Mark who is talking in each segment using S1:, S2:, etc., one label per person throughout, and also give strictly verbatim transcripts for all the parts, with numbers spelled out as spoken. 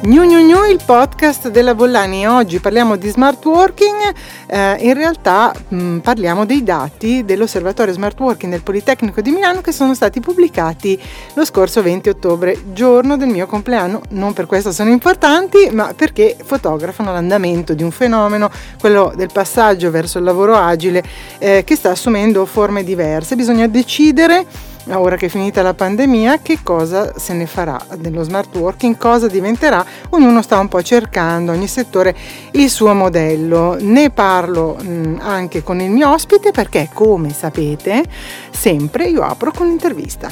S1: Gnu Gnu Gnu, il podcast della Bollani. Oggi parliamo di smart working, eh, in realtà mh, parliamo dei dati dell'osservatorio smart working del Politecnico di Milano che sono stati pubblicati lo scorso venti ottobre, giorno del mio compleanno. Non per questo sono importanti, ma perché fotografano l'andamento di un fenomeno, quello del passaggio verso il lavoro agile, eh, che sta assumendo forme diverse. Bisogna decidere, ora che è finita la pandemia, che cosa se ne farà dello smart working, cosa diventerà. Ognuno sta un po' cercando, ogni settore il suo modello. Ne parlo mh, anche con il mio ospite perché, come sapete, sempre io apro con l'intervista.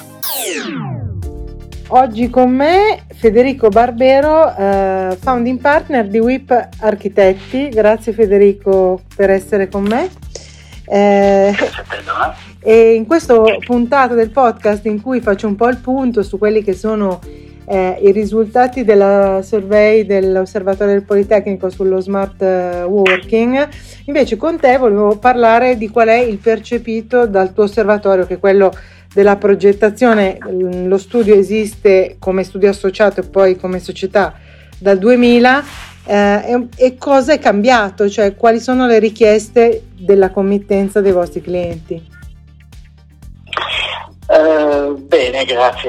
S1: Oggi con me Federico Barbero, eh, founding partner di Whip Architetti. Grazie Federico per essere con me. Eh, e in questa puntata del podcast in cui faccio un po' il punto su quelli che sono eh, i risultati della survey dell'Osservatorio del Politecnico sullo smart working, invece con te volevo parlare di qual è il percepito dal tuo osservatorio, che è quello della progettazione. Lo studio esiste come studio associato e poi come società dal duemila. Eh, e, e cosa è cambiato, cioè quali sono le richieste della committenza dei vostri clienti?
S2: Uh, bene,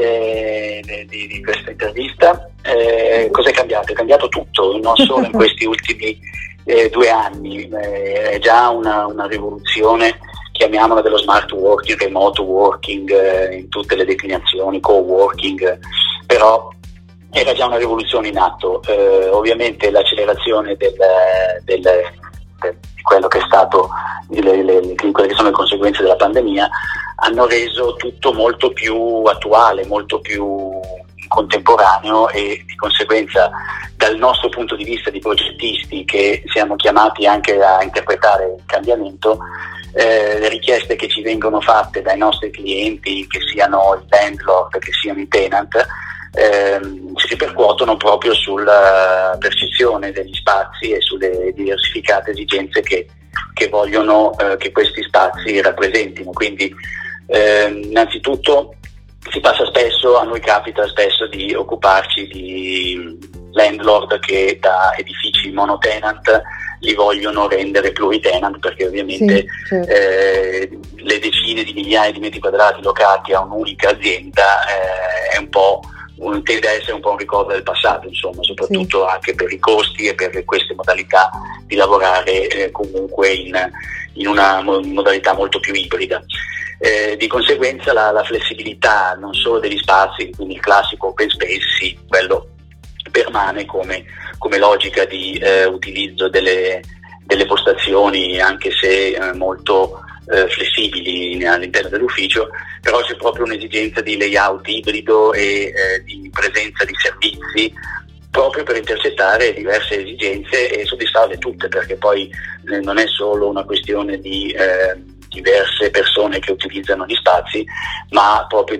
S2: grazie di, di questa intervista. Eh, cosa è cambiato? È cambiato tutto, non solo in questi ultimi eh, due anni, eh, è già una, una rivoluzione, chiamiamola, dello smart working, remote working, eh, in tutte le declinazioni, co-working, però era già una rivoluzione in atto. Eh, ovviamente l'accelerazione del, del, del, di quello che è stato le, le, quelle che sono le conseguenze della pandemia hanno reso tutto molto più attuale, molto più contemporaneo, e di conseguenza dal nostro punto di vista di progettisti, che siamo chiamati anche a interpretare il cambiamento, eh, le richieste che ci vengono fatte dai nostri clienti, che siano i landlord, che siano i tenant, Eh, si ripercuotono proprio sulla percezione degli spazi e sulle diversificate esigenze che, che vogliono eh, che questi spazi rappresentino. Quindi eh, innanzitutto si passa spesso, a noi capita spesso di occuparci di landlord che da edifici monotenant li vogliono rendere pluritenant, perché ovviamente sì, certo. eh, le decine di migliaia di metri quadrati locati a un'unica azienda eh, è un po' tende a essere un po' un ricordo del passato, insomma, soprattutto sì. anche per i costi e per queste modalità di lavorare eh, comunque in, in una modalità molto più ibrida. Eh, di conseguenza la, la flessibilità non solo degli spazi, quindi il classico open space, sì, quello permane come, come logica di eh, utilizzo delle, delle postazioni, anche se eh, molto Eh, flessibili all'interno dell'ufficio, però c'è proprio un'esigenza di layout ibrido e eh, di presenza di servizi, proprio per intercettare diverse esigenze e soddisfarle tutte, perché poi eh, non è solo una questione di eh, diverse persone che utilizzano gli spazi, ma proprio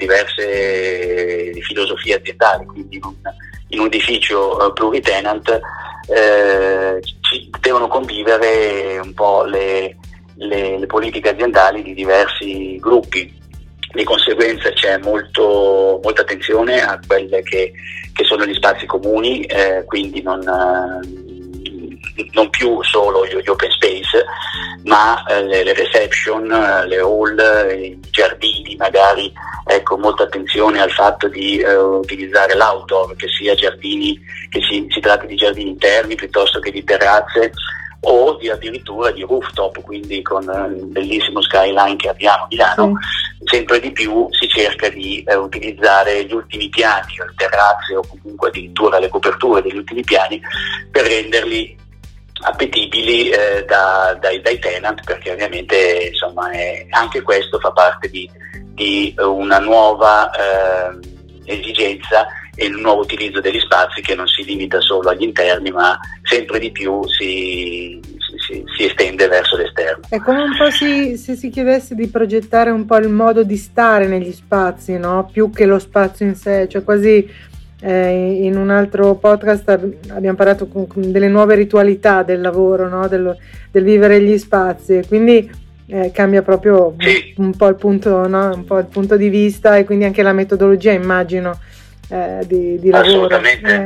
S2: diverse eh, filosofie aziendali. Quindi in un, in un edificio eh, pluritenant eh, ci devono convivere un po' le Le, le politiche aziendali di diversi gruppi. Di conseguenza c'è molto, molta attenzione a quelle che, che sono gli spazi comuni, eh, quindi non, eh, non più solo gli, gli open space, ma eh, le, le reception, le hall, i giardini magari. Ecco, molta attenzione al fatto di eh, utilizzare l'outdoor, che sia giardini, che si, si tratti di giardini interni piuttosto che di terrazze, o di addirittura di rooftop, quindi con il bellissimo skyline che abbiamo a Milano. Sì. Sempre di più si cerca di eh, utilizzare gli ultimi piani, o le terrazze, o comunque addirittura le coperture degli ultimi piani, per renderli appetibili eh, da, dai, dai tenant, perché ovviamente insomma è, anche questo fa parte di, di una nuova eh, esigenza e il nuovo utilizzo degli spazi, che non si limita solo agli interni, ma sempre di più si, si, si estende verso l'esterno.
S1: È come un po' si, se si chiedesse di progettare un po' il modo di stare negli spazi, no? Più che lo spazio in sé, cioè quasi eh, in un altro podcast abbiamo parlato con, con delle nuove ritualità del lavoro, no? del, del vivere gli spazi, e quindi eh, cambia proprio
S2: sì.
S1: un, un po' il punto, no? Un po' il punto di vista, e quindi anche la metodologia, immagino, Eh, di, di lavoro.
S2: Assolutamente.
S1: Eh,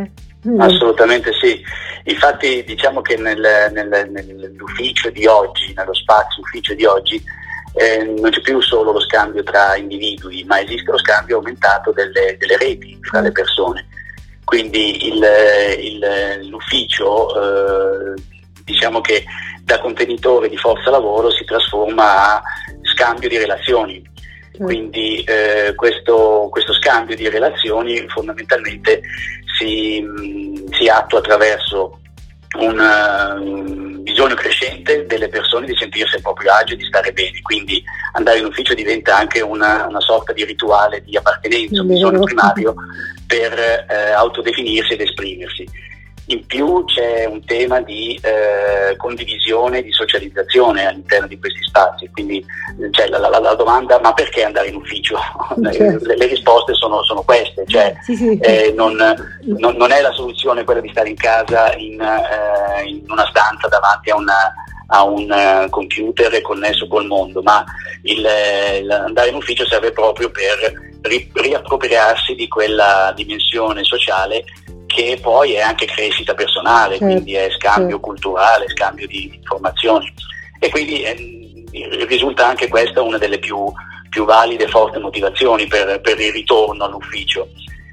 S2: Mm. Assolutamente sì. Infatti diciamo che nel, nel, nell'ufficio di oggi, nello spazio ufficio di oggi, eh, non c'è più solo lo scambio tra individui, ma esiste lo scambio aumentato delle, delle reti tra le persone. Quindi il, il, l'ufficio, eh, diciamo che da contenitore di forza lavoro si trasforma a scambio di relazioni. Quindi eh, questo, questo scambio di relazioni fondamentalmente si, si attua attraverso un uh, bisogno crescente delle persone di sentirsi a proprio agio e di stare bene, quindi andare in ufficio diventa anche una, una sorta di rituale di appartenenza, un bisogno primario per eh, autodefinirsi ed esprimersi. In più c'è un tema di eh, condivisione, di socializzazione all'interno di questi spazi, quindi c'è la, la, la domanda: ma perché andare in ufficio? Certo. Le, le risposte sono, sono queste, cioè sì, sì. Eh, non, non, non è la soluzione quella di stare in casa in, eh, in una stanza davanti a, una, a un uh, computer connesso col mondo, ma il, il andare in ufficio serve proprio per ri, riappropriarsi di quella dimensione sociale che poi è anche crescita personale, certo, quindi è scambio certo. culturale, scambio di informazioni, e quindi eh, risulta anche questa una delle più, più valide e forti motivazioni per, per il ritorno all'ufficio.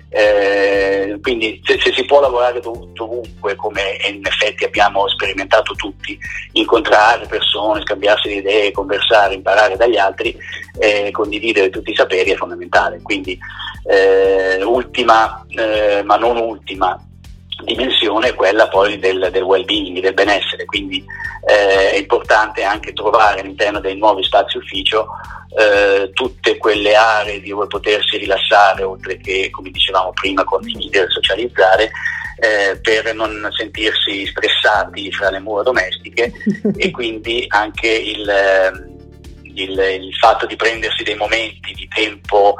S2: Eh, quindi se, se si può lavorare dov- dovunque, come in effetti abbiamo sperimentato tutti, incontrare persone, scambiarsi di idee, conversare, imparare dagli altri, eh, condividere tutti i saperi è fondamentale. Quindi eh, ultima, eh, ma non ultima dimensione è quella poi del, del well-being, del benessere, quindi eh, è importante anche trovare all'interno dei nuovi spazi ufficio eh, tutte quelle aree dove potersi rilassare, oltre che, come dicevamo prima, condividere, socializzare, eh, per non sentirsi stressati fra le mura domestiche e quindi anche il, il, il fatto di prendersi dei momenti di tempo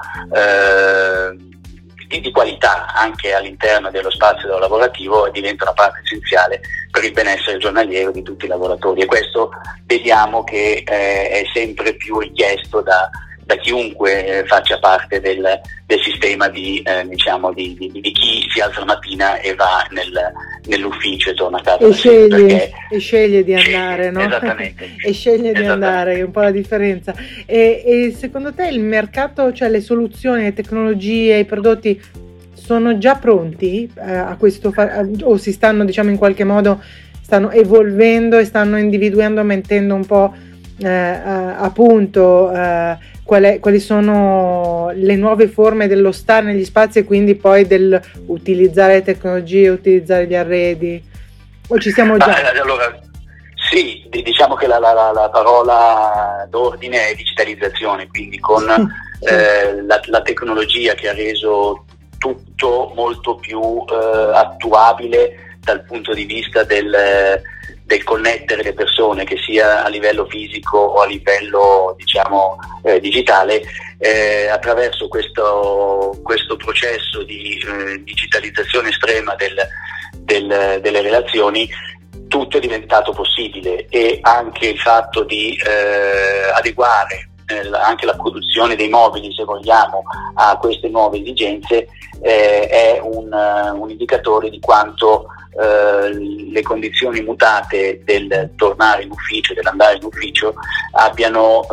S2: eh, di qualità anche all'interno dello spazio lavorativo diventa una parte essenziale per il benessere giornaliero di tutti i lavoratori, e questo vediamo che eh, è sempre più richiesto da, da chiunque eh, faccia parte del, del sistema di, eh, diciamo di, di, di chi si alza la mattina e va nel, nell'ufficio e torna a casa
S1: e sceglie, perché e sceglie di andare, no?
S2: Esattamente.
S1: E sceglie di andare, è un po' la differenza. E, e secondo te il mercato, cioè le soluzioni, le tecnologie, i prodotti sono già pronti eh, a questo fa- o si stanno, diciamo, in qualche modo stanno evolvendo e stanno individuando, mettendo un po' eh, a, a punto eh, qual è, quali sono le nuove forme dello stare negli spazi e quindi poi del utilizzare le tecnologie, utilizzare gli arredi, o ci siamo già?
S2: Ah, allora, sì, diciamo che la, la, la parola d'ordine è digitalizzazione, quindi con sì, eh, sì. La, la tecnologia che ha reso tutto molto più eh, attuabile dal punto di vista del, del connettere le persone, che sia a livello fisico o a livello, diciamo, eh, digitale, eh, attraverso questo, questo processo di eh, digitalizzazione estrema del, del, delle relazioni. Tutto è diventato possibile, e anche il fatto di eh, adeguare eh, anche la produzione dei mobili, se vogliamo, a queste nuove esigenze eh, è un, uh, un indicatore di quanto eh, le condizioni mutate del tornare in ufficio, dell'andare in ufficio, abbiano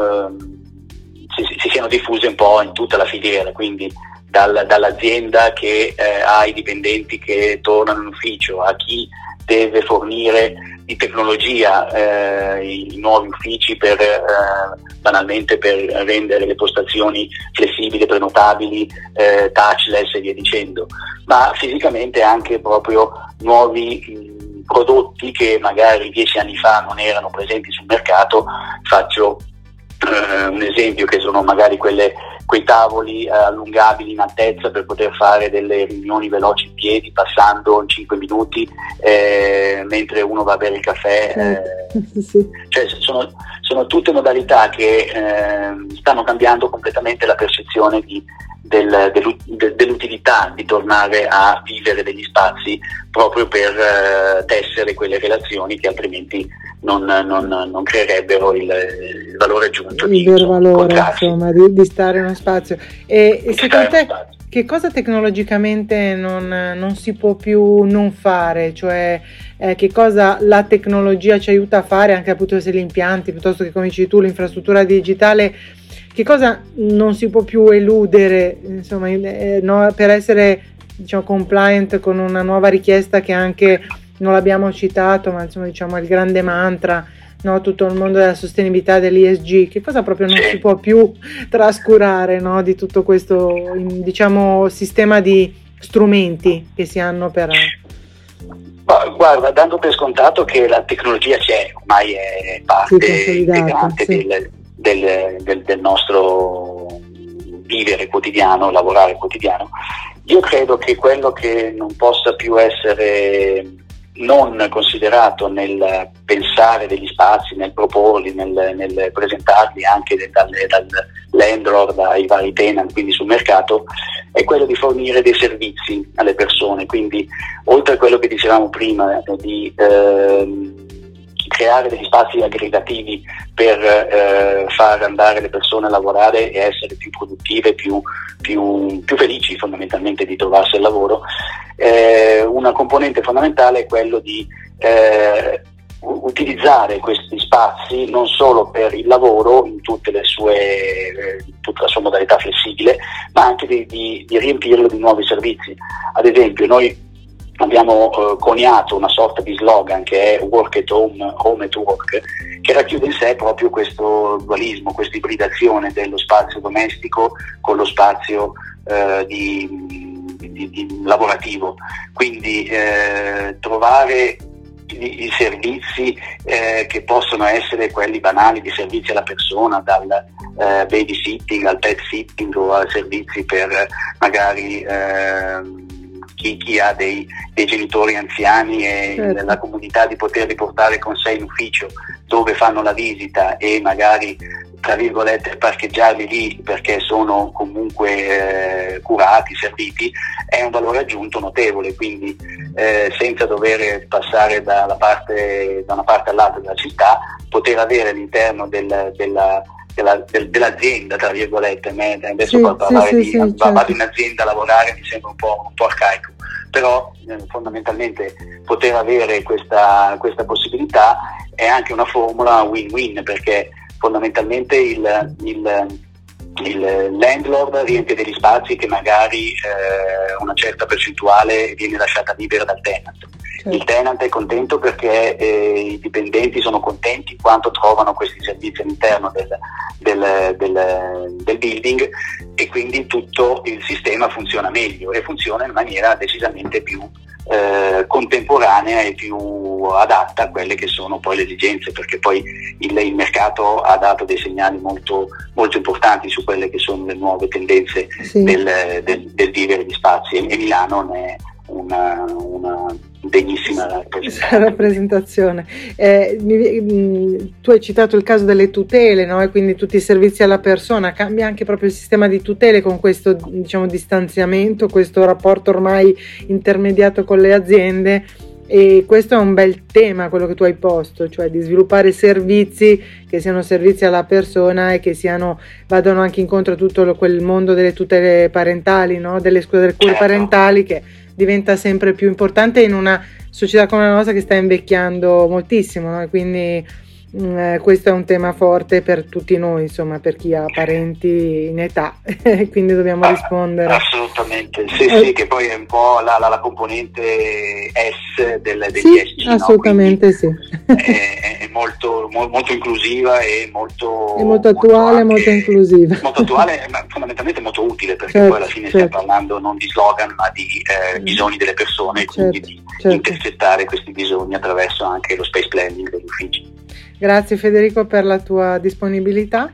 S2: eh, si, si siano diffuse un po' in tutta la filiera, quindi dal, dall'azienda che eh, ha i dipendenti che tornano in ufficio, a chi deve fornire di tecnologia eh, i, i nuovi uffici per eh, banalmente per rendere le postazioni flessibili, prenotabili, eh, touchless e via dicendo, ma fisicamente anche proprio nuovi mh, prodotti che magari dieci anni fa non erano presenti sul mercato. Faccio eh, un esempio, che sono magari quelle quei tavoli eh, allungabili in altezza per poter fare delle riunioni veloci in piedi, passando in cinque minuti eh, mentre uno va a bere il caffè. Eh, sì. Cioè sono, sono tutte modalità che eh, stanno cambiando completamente la percezione di, del, dell'ut- dell'utilità di tornare a vivere degli spazi, proprio per eh, tessere quelle relazioni che altrimenti non, non, non creerebbero il, il valore aggiunto,
S1: il vero valore, insomma, di, di stare in uno spazio. E, e secondo te che cosa tecnologicamente non, non si può più non fare, cioè eh, che cosa la tecnologia ci aiuta a fare, anche appunto se gli impianti, piuttosto che come dici tu l'infrastruttura digitale, che cosa non si può più eludere, insomma, eh, no, per essere, diciamo, compliant con una nuova richiesta che anche non l'abbiamo citato, ma insomma, diciamo, il grande mantra, no, tutto il mondo della sostenibilità, dell'E S G, che cosa proprio non si può più trascurare, no, di tutto questo, diciamo, sistema di strumenti che si hanno per...
S2: Guarda, dando per scontato che la tecnologia c'è, ormai è parte integrante sì. del, del, del, del nostro vivere quotidiano, lavorare quotidiano, io credo che quello che non possa più essere non considerato nel pensare degli spazi, nel proporli, nel, nel presentarli anche dal, dal landlord ai vari tenant, quindi sul mercato, è quello di fornire dei servizi alle persone. Quindi oltre a quello che dicevamo prima di ehm, creare degli spazi aggregativi per eh, far andare le persone a lavorare e essere più produttive, più, più, più felici fondamentalmente di trovarsi al lavoro, eh, una componente fondamentale è quello di eh, utilizzare questi spazi non solo per il lavoro in tutte le sue, eh, tutta la sua modalità flessibile, ma anche di, di, di riempirlo di nuovi servizi. Ad esempio noi abbiamo eh, coniato una sorta di slogan che è work at home, home at work, che racchiude in sé proprio questo dualismo, questa ibridazione dello spazio domestico con lo spazio eh, di, di, di lavorativo. Quindi eh, trovare i, i servizi eh, che possono essere quelli banali di servizi alla persona, dal eh, babysitting al pet sitting o a servizi per magari eh, Chi, chi ha dei, dei genitori anziani e certo. la comunità di poterli portare con sé in ufficio dove fanno la visita e magari tra virgolette parcheggiarli lì perché sono comunque eh, curati, serviti, è un valore aggiunto notevole. Quindi eh, senza dover passare dalla parte, da una parte all'altra della città, poter avere all'interno del, della Della, del, dell'azienda, tra virgolette, adesso sì, parlare sì, di sì, sì, vado certo. in azienda a lavorare mi sembra un po', un po' arcaico, però eh, fondamentalmente poter avere questa, questa possibilità è anche una formula win-win, perché fondamentalmente il, il, il landlord riempie degli spazi che magari eh, una certa percentuale viene lasciata libera dal tenant. Il tenant è contento perché eh, i dipendenti sono contenti in quanto trovano questi servizi all'interno del, del, del, del building, e quindi tutto il sistema funziona meglio e funziona in maniera decisamente più eh, contemporanea e più adatta a quelle che sono poi le esigenze, perché poi il, il mercato ha dato dei segnali molto, molto importanti su quelle che sono le nuove tendenze sì. del, del, del vivere gli spazi, e Milano ne è una, una degnissima rappresentazione.
S1: rappresentazione. Eh, mi, mh, tu hai citato il caso delle tutele, no? E quindi tutti i servizi alla persona. Cambia anche proprio il sistema di tutele con questo, diciamo, distanziamento, questo rapporto ormai intermediato con le aziende, e questo è un bel tema, quello che tu hai posto, cioè di sviluppare servizi che siano servizi alla persona e che siano, vadano anche incontro a tutto lo, quel mondo delle tutele parentali, no? Delle scuse, delle cure certo. parentali, che diventa sempre più importante in una società come la nostra che sta invecchiando moltissimo, no? E quindi mh, questo è un tema forte per tutti noi, insomma, per chi ha parenti in età, quindi dobbiamo ah, rispondere.
S2: Assolutamente, sì, eh. sì, che poi è un po' la, la, la componente S del, degli sì, E S G,
S1: assolutamente no? sì.
S2: È, è molto, mo, molto inclusiva e molto,
S1: è molto attuale, molto, molto inclusiva.
S2: Molto attuale, ma fondamentalmente molto utile, perché
S1: certo,
S2: poi alla fine
S1: certo.
S2: stiamo parlando non di slogan, ma di eh, bisogni delle persone,
S1: certo,
S2: quindi di
S1: certo.
S2: intercettare questi bisogni attraverso anche lo space planning degli uffici.
S1: Grazie Federico per la tua disponibilità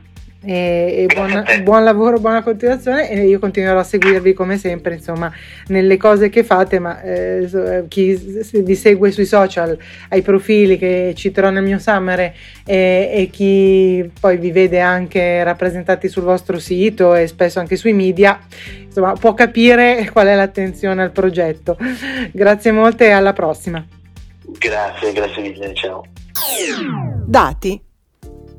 S1: e, e buona, buon lavoro, buona continuazione, e io continuerò a seguirvi come sempre, insomma, nelle cose che fate, ma eh, chi vi segue sui social, ai profili che citerò nel mio summary, e, e chi poi vi vede anche rappresentati sul vostro sito e spesso anche sui media, insomma, può capire qual è l'attenzione al progetto. Grazie molte e alla prossima.
S2: Grazie, grazie mille, ciao.
S1: Dati.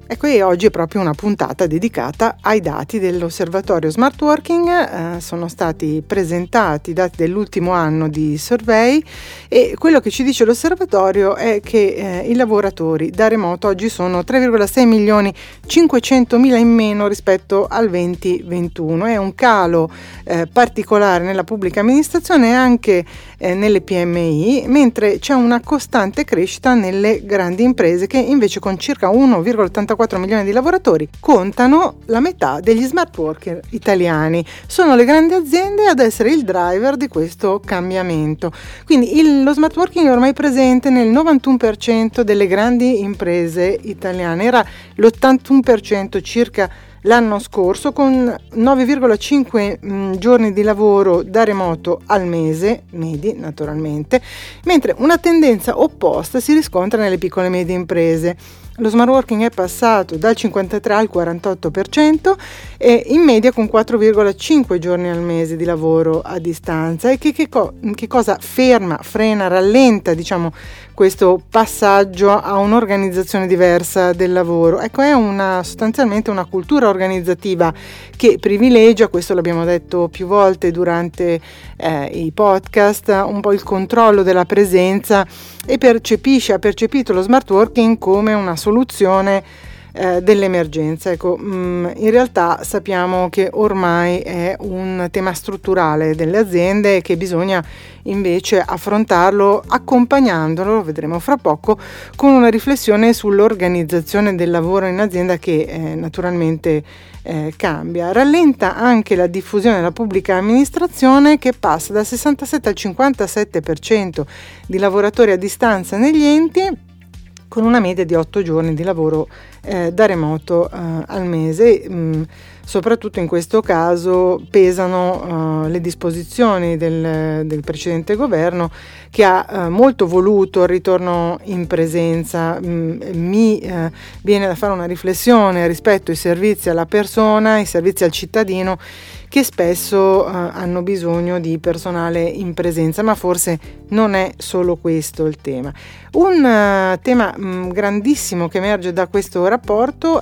S1: Ecco, e oggi è proprio una puntata dedicata ai dati dell'osservatorio Smart Working. Eh, sono stati presentati i dati dell'ultimo anno di survey e quello che ci dice l'osservatorio è che eh, i lavoratori da remoto oggi sono tre virgola sei milioni cinquecentomila in meno rispetto al venti ventuno. È un calo eh, particolare nella pubblica amministrazione e anche eh, nelle P M I, mentre c'è una costante crescita nelle grandi imprese che invece con circa uno virgola ottantaquattro milioni di lavoratori contano la metà degli smart worker italiani. Sono le grandi aziende ad essere il driver di questo cambiamento. Quindi il, lo smart working è ormai presente nel novantuno per cento delle grandi imprese italiane, era l'ottantuno per cento circa l'anno scorso, con nove virgola cinque mh, giorni di lavoro da remoto al mese, medi naturalmente, mentre una tendenza opposta si riscontra nelle piccole e medie imprese. Lo smart working è passato dal cinquantatré al quarantotto per cento e in media con quattro virgola cinque giorni al mese di lavoro a distanza. E che, che, co- che cosa ferma, frena, rallenta, diciamo, questo passaggio a un'organizzazione diversa del lavoro? Ecco, è una, sostanzialmente una cultura organizzativa che privilegia, questo l'abbiamo detto più volte durante eh, i podcast, un po' il controllo della presenza e percepisce, ha percepito lo smart working come una soluzione eh, dell'emergenza. Ecco, mh, in realtà sappiamo che ormai è un tema strutturale delle aziende e che bisogna invece affrontarlo accompagnandolo, lo vedremo fra poco, con una riflessione sull'organizzazione del lavoro in azienda che eh, naturalmente eh, cambia. Rallenta anche la diffusione della pubblica amministrazione, che passa dal sessantasette al cinquantasette per cento di lavoratori a distanza negli enti, con una media di otto giorni di lavoro eh, da remoto eh, al mese. Mh, soprattutto in questo caso pesano uh, le disposizioni del, del precedente governo, che ha uh, molto voluto il ritorno in presenza. Mm, mi uh, viene da fare una riflessione rispetto ai servizi alla persona, ai servizi al cittadino, che spesso uh, hanno bisogno di personale in presenza, ma forse non è solo questo il tema. Un uh, tema mh, grandissimo che emerge da questo rapporto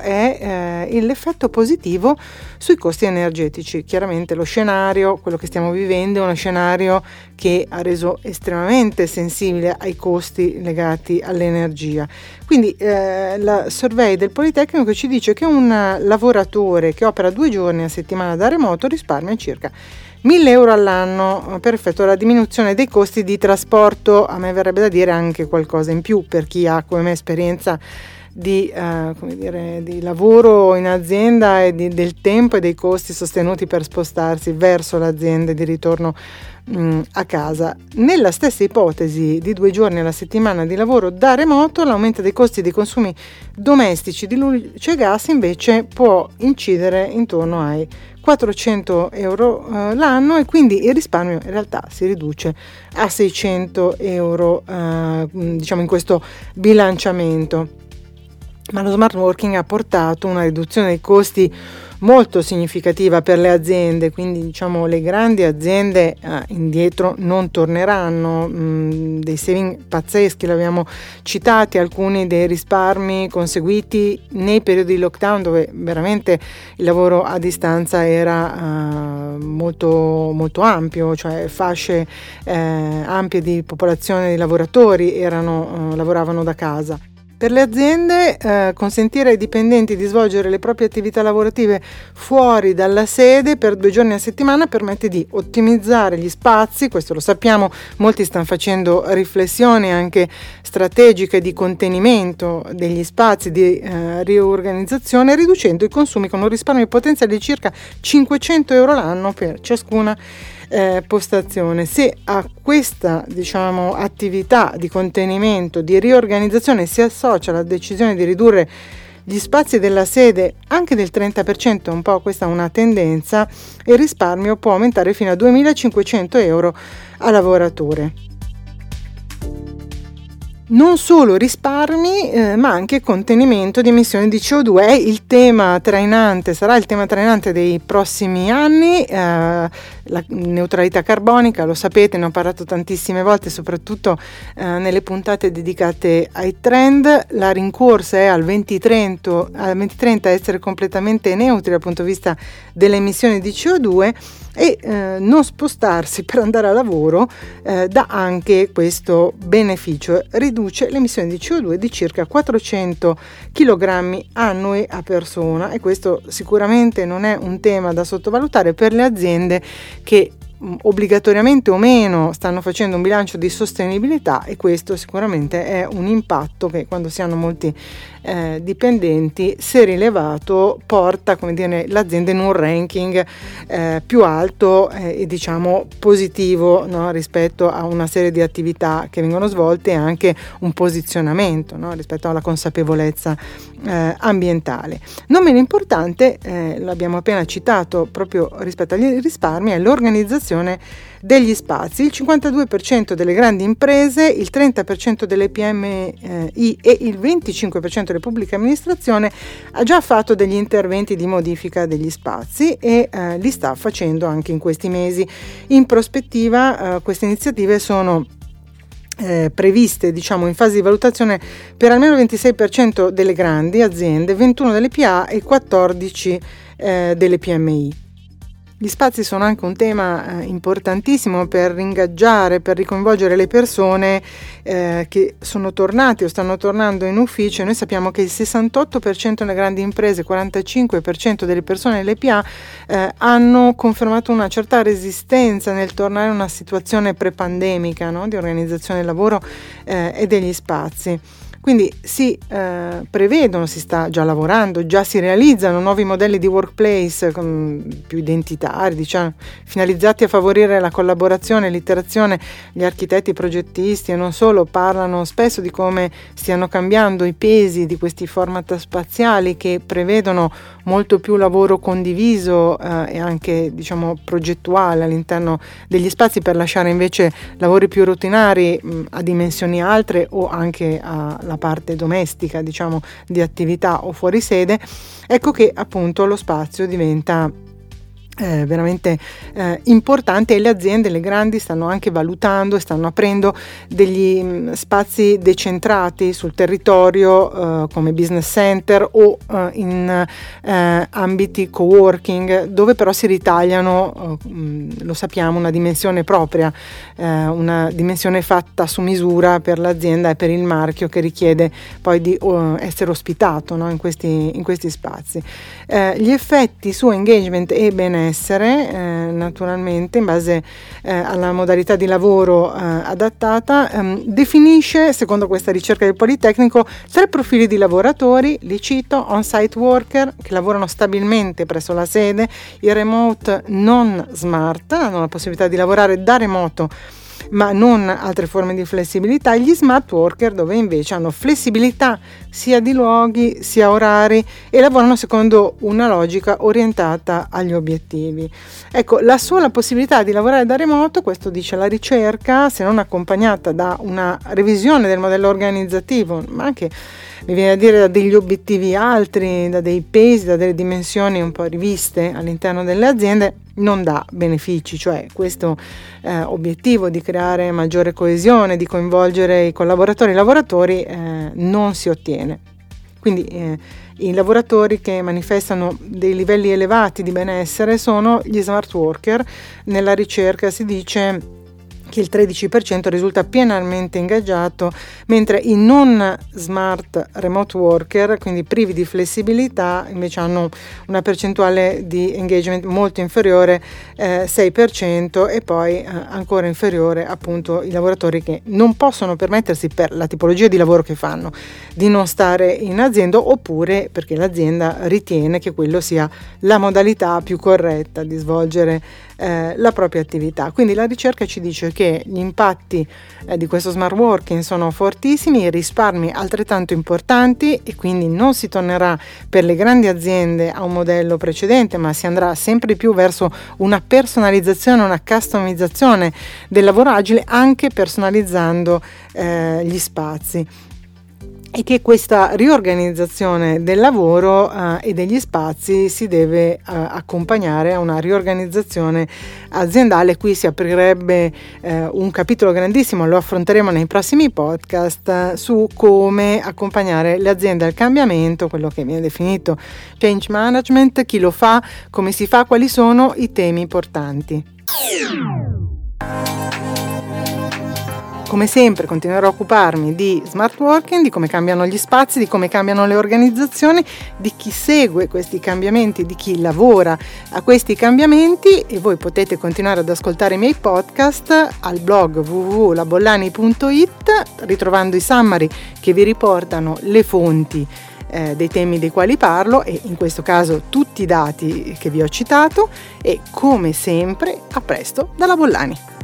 S1: è eh, l'effetto positivo sui costi energetici. Chiaramente lo scenario, quello che stiamo vivendo, è uno scenario che ha reso estremamente sensibile ai costi legati all'energia. Quindi eh, la survey del Politecnico ci dice che un lavoratore che opera due giorni a settimana da remoto risparmia circa mille euro all'anno per effetto della diminuzione dei costi di trasporto. A me verrebbe da dire anche qualcosa in più per chi ha come me esperienza di, uh, come dire, di lavoro in azienda e di, del tempo e dei costi sostenuti per spostarsi verso l'azienda e di ritorno mh, a casa. Nella stessa ipotesi di due giorni alla settimana di lavoro da remoto, l'aumento dei costi dei consumi domestici di luce e gas invece può incidere intorno ai quattrocento euro eh, l'anno, e quindi il risparmio in realtà si riduce a seicento euro eh, diciamo in questo bilanciamento. Ma lo smart working ha portato una riduzione dei costi molto significativa per le aziende, quindi diciamo le grandi aziende eh, indietro non torneranno. Mh, dei saving pazzeschi, l'abbiamo citati, alcuni dei risparmi conseguiti nei periodi di lockdown, dove veramente il lavoro a distanza era eh, molto, molto ampio, cioè fasce eh, ampie di popolazione di lavoratori erano, eh, lavoravano da casa. Per le aziende eh, consentire ai dipendenti di svolgere le proprie attività lavorative fuori dalla sede per due giorni a settimana permette di ottimizzare gli spazi. Questo lo sappiamo, molti stanno facendo riflessioni anche strategiche di contenimento degli spazi, di eh, riorganizzazione, riducendo i consumi con un risparmio potenziale di circa cinquecento euro l'anno per ciascuna Eh, postazione. Se a questa diciamo attività di contenimento, di riorganizzazione si associa la decisione di ridurre gli spazi della sede anche del trenta per cento, un po' questa è una tendenza, il risparmio può aumentare fino a duemilacinquecento euro a lavoratore. Non solo risparmi, eh, ma anche contenimento di emissioni di C O due è il tema trainante, sarà il tema trainante dei prossimi anni. Eh, la neutralità carbonica, lo sapete, ne ho parlato tantissime volte, soprattutto eh, nelle puntate dedicate ai trend. La rincorsa è al duemilatrenta, al duemilatrenta essere completamente neutri dal punto di vista delle emissioni di C O due, e eh, non spostarsi per andare a lavoro eh, dà anche questo beneficio: riduce le emissioni di C O due di circa quattrocento chilogrammi annui a persona, e questo sicuramente non è un tema da sottovalutare per le aziende che obbligatoriamente o meno stanno facendo un bilancio di sostenibilità, e questo sicuramente è un impatto che, quando si hanno molti eh, dipendenti, se rilevato, porta, come dire, l'azienda in un ranking eh, più alto eh, e diciamo positivo, no, rispetto a una serie di attività che vengono svolte, e anche un posizionamento, no, rispetto alla consapevolezza eh, ambientale. Non meno importante, eh, l'abbiamo appena citato proprio rispetto agli risparmi, è l'organizzazione degli spazi. Il cinquantadue per cento delle grandi imprese, il trenta per cento delle P M I e il venticinque per cento delle pubbliche amministrazioni ha già fatto degli interventi di modifica degli spazi, e eh, li sta facendo anche in questi mesi. In prospettiva, eh, queste iniziative sono Eh, previste, diciamo, in fase di valutazione per almeno il ventisei per cento delle grandi aziende, ventuno delle P A e quattordici eh, delle P M I. Gli spazi sono anche un tema eh, importantissimo per ingaggiare, per ricoinvolgere le persone eh, che sono tornate o stanno tornando in ufficio. Noi sappiamo che il sessantotto per cento delle grandi imprese, quarantacinque per cento delle persone nelle P A eh, hanno confermato una certa resistenza nel tornare a una situazione pre-pandemica, no? Di organizzazione del lavoro eh, e degli spazi. Quindi si eh, prevedono, si sta già lavorando, già si realizzano nuovi modelli di workplace con, più identitari, diciamo, finalizzati a favorire la collaborazione e l'interazione. Gli architetti, i progettisti e non solo parlano spesso di come stiano cambiando i pesi di questi format spaziali, che prevedono molto più lavoro condiviso eh, e anche, diciamo, progettuale all'interno degli spazi, per lasciare invece lavori più routinari mh, a dimensioni altre, o anche alla parte domestica, diciamo, di attività o fuori sede. Ecco che appunto lo spazio diventa Eh, veramente eh, importante, e le aziende, le grandi, stanno anche valutando e stanno aprendo degli mh, spazi decentrati sul territorio eh, come business center o eh, in eh, ambiti co-working, dove però si ritagliano, eh, mh, lo sappiamo, una dimensione propria, eh, una dimensione fatta su misura per l'azienda e per il marchio, che richiede poi di uh, essere ospitato, no, in questi, in questi spazi. Eh, gli effetti su engagement e benessere essere eh, naturalmente in base eh, alla modalità di lavoro eh, adattata, ehm, definisce, secondo questa ricerca del Politecnico, tre profili di lavoratori. Li cito: on-site worker, che lavorano stabilmente presso la sede; i remote non smart, hanno la possibilità di lavorare da remoto ma non altre forme di flessibilità; gli smart worker, dove invece hanno flessibilità sia di luoghi sia orari e lavorano secondo una logica orientata agli obiettivi. Ecco, la sola possibilità di lavorare da remoto, questo dice la ricerca, se non accompagnata da una revisione del modello organizzativo, ma anche, mi viene a dire, da degli obiettivi altri, da dei pesi, da delle dimensioni un po' riviste all'interno delle aziende, non dà benefici. Cioè, questo eh, obiettivo di creare maggiore coesione, di coinvolgere i collaboratori e i lavoratori eh, non si ottiene. Quindi eh, i lavoratori che manifestano dei livelli elevati di benessere sono gli smart worker. Nella ricerca si dice che il tredici per cento risulta pienamente ingaggiato, mentre i non smart remote worker, quindi privi di flessibilità, invece hanno una percentuale di engagement molto inferiore, eh, sei per cento, e poi eh, ancora inferiore appunto i lavoratori che non possono permettersi, per la tipologia di lavoro che fanno, di non stare in azienda, oppure perché l'azienda ritiene che quello sia la modalità più corretta di svolgere eh, la propria attività. Quindi la ricerca ci dice che gli impatti eh, di questo smart working sono fortissimi, i risparmi altrettanto importanti, e quindi non si tornerà per le grandi aziende a un modello precedente, ma si andrà sempre di più verso una personalizzazione, una customizzazione del lavoro agile, anche personalizzando eh, gli spazi. E che questa riorganizzazione del lavoro eh, e degli spazi si deve eh, accompagnare a una riorganizzazione aziendale. Qui si aprirebbe eh, un capitolo grandissimo, lo affronteremo nei prossimi podcast, eh, su come accompagnare le aziende al cambiamento, quello che viene definito change management, chi lo fa, come si fa, quali sono i temi portanti. Come sempre continuerò a occuparmi di smart working, di come cambiano gli spazi, di come cambiano le organizzazioni, di chi segue questi cambiamenti, di chi lavora a questi cambiamenti, e voi potete continuare ad ascoltare i miei podcast al blog w w w punto la bollani punto i t, ritrovando i summary che vi riportano le fonti eh, dei temi dei quali parlo, e in questo caso tutti i dati che vi ho citato. E come sempre, a presto dalla Bollani.